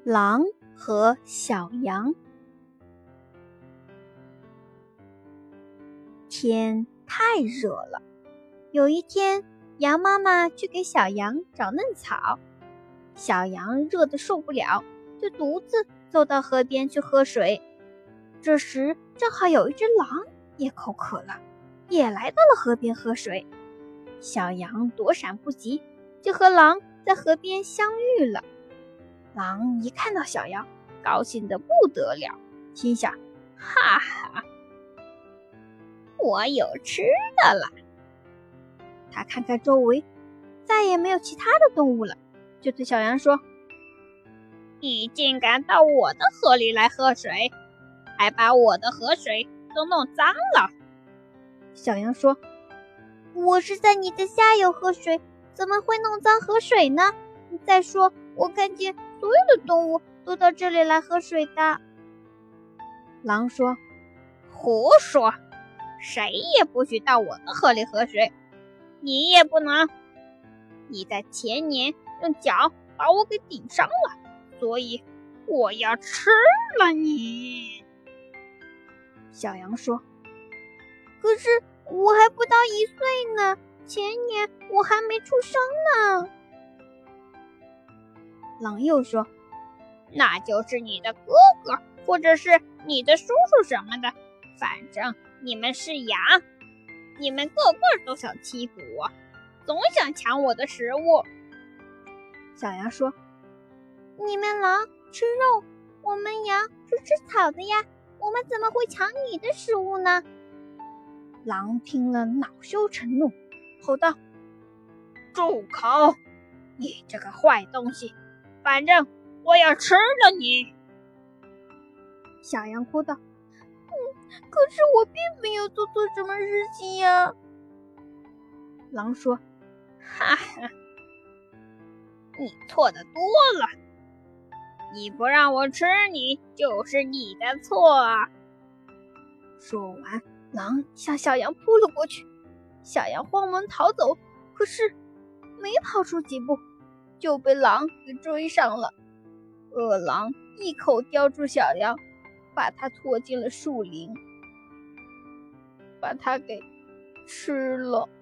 狼和小羊。天太热了，有一天，羊妈妈去给小羊找嫩草，小羊热得受不了，就独自走到河边去喝水。这时正好有一只狼也口渴了，也来到了河边喝水。小羊躲闪不及，就和狼在河边相遇了。狼一看到小羊，高兴得不得了，心想：哈哈，我有吃的了。他看看周围，再也没有其他的动物了，就对小羊说：你竟敢到我的河里来喝水，还把我的河水都弄脏了。小羊说：我是在你的下游喝水，怎么会弄脏河水呢？再说我看见所有的动物都到这里来喝水的。狼说：胡说，谁也不许到我的河里喝水，你也不能。你在前年用脚把我给顶伤了，所以我要吃了你。小羊说：可是我还不到1岁呢，前年我还没出生呢。狼又说：那就是你的哥哥，或者是你的叔叔什么的，反正你们是羊，你们个个都想欺负我，总想抢我的食物。小羊说：你们狼吃肉，我们羊是吃草的呀，我们怎么会抢你的食物呢？狼听了恼羞成怒，吼道：住口，你这个坏东西，反正我要吃了你。小羊哭道：可是我并没有做错什么事情呀。狼说：哈哈，你错的多了，你不让我吃你，就是你的错。说完，狼向小羊扑了过去，小羊慌忙逃走，可是没跑出几步，就被狼给追上了。饿狼一口叼住小羊，把它拖进了树林，把它给吃了。